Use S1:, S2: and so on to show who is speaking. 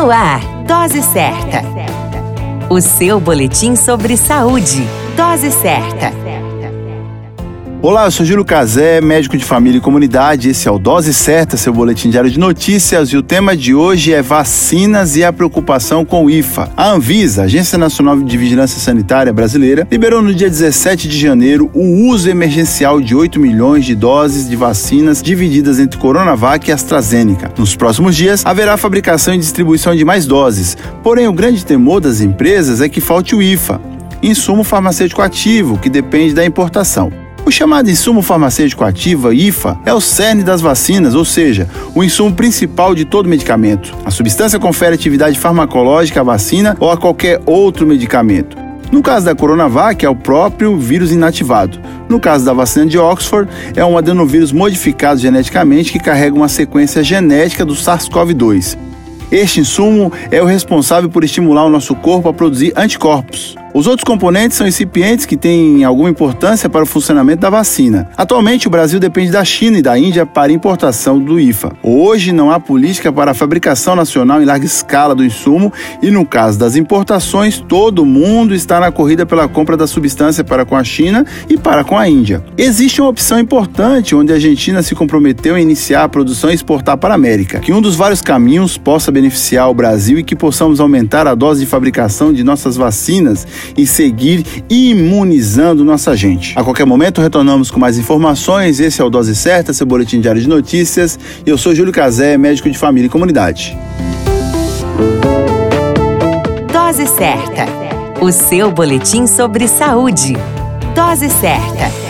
S1: No ar, Dose Certa. O seu boletim sobre saúde. Dose Certa.
S2: Olá, eu sou Júlio Cazé, médico de família e comunidade. Esse é o Dose Certa, seu boletim diário de notícias. E o tema de hoje é vacinas e a preocupação com o IFA. A Anvisa, Agência Nacional de Vigilância Sanitária Brasileira, liberou no dia 17 de janeiro o uso emergencial de 8 milhões de doses de vacinas divididas entre Coronavac e AstraZeneca. Nos próximos dias, haverá fabricação e distribuição de mais doses. Porém, o grande temor das empresas é que falte o IFA, insumo farmacêutico ativo, que depende da importação. O chamado insumo farmacêutico ativo, IFA, é o cerne das vacinas, ou seja, o insumo principal de todo medicamento. A substância confere atividade farmacológica à vacina ou a qualquer outro medicamento. No caso da Coronavac, é o próprio vírus inativado. No caso da vacina de Oxford, é um adenovírus modificado geneticamente que carrega uma sequência genética do SARS-CoV-2. Este insumo é o responsável por estimular o nosso corpo a produzir anticorpos. Os outros componentes são incipientes que têm alguma importância para o funcionamento da vacina. Atualmente, o Brasil depende da China e da Índia para importação do IFA. Hoje, não há política para a fabricação nacional em larga escala do insumo e, no caso das importações, todo mundo está na corrida pela compra da substância para com a China e para com a Índia. Existe uma opção importante onde a Argentina se comprometeu em iniciar a produção e exportar para a América. Que um dos vários caminhos possa beneficiar o Brasil e que possamos aumentar a dose de fabricação de nossas vacinas e seguir imunizando nossa gente. A qualquer momento retornamos com mais informações. Esse é o Dose Certa, seu boletim diário de notícias. Eu sou Júlio Cazé, médico de família e comunidade.
S1: Dose Certa, o seu boletim sobre saúde. Dose Certa.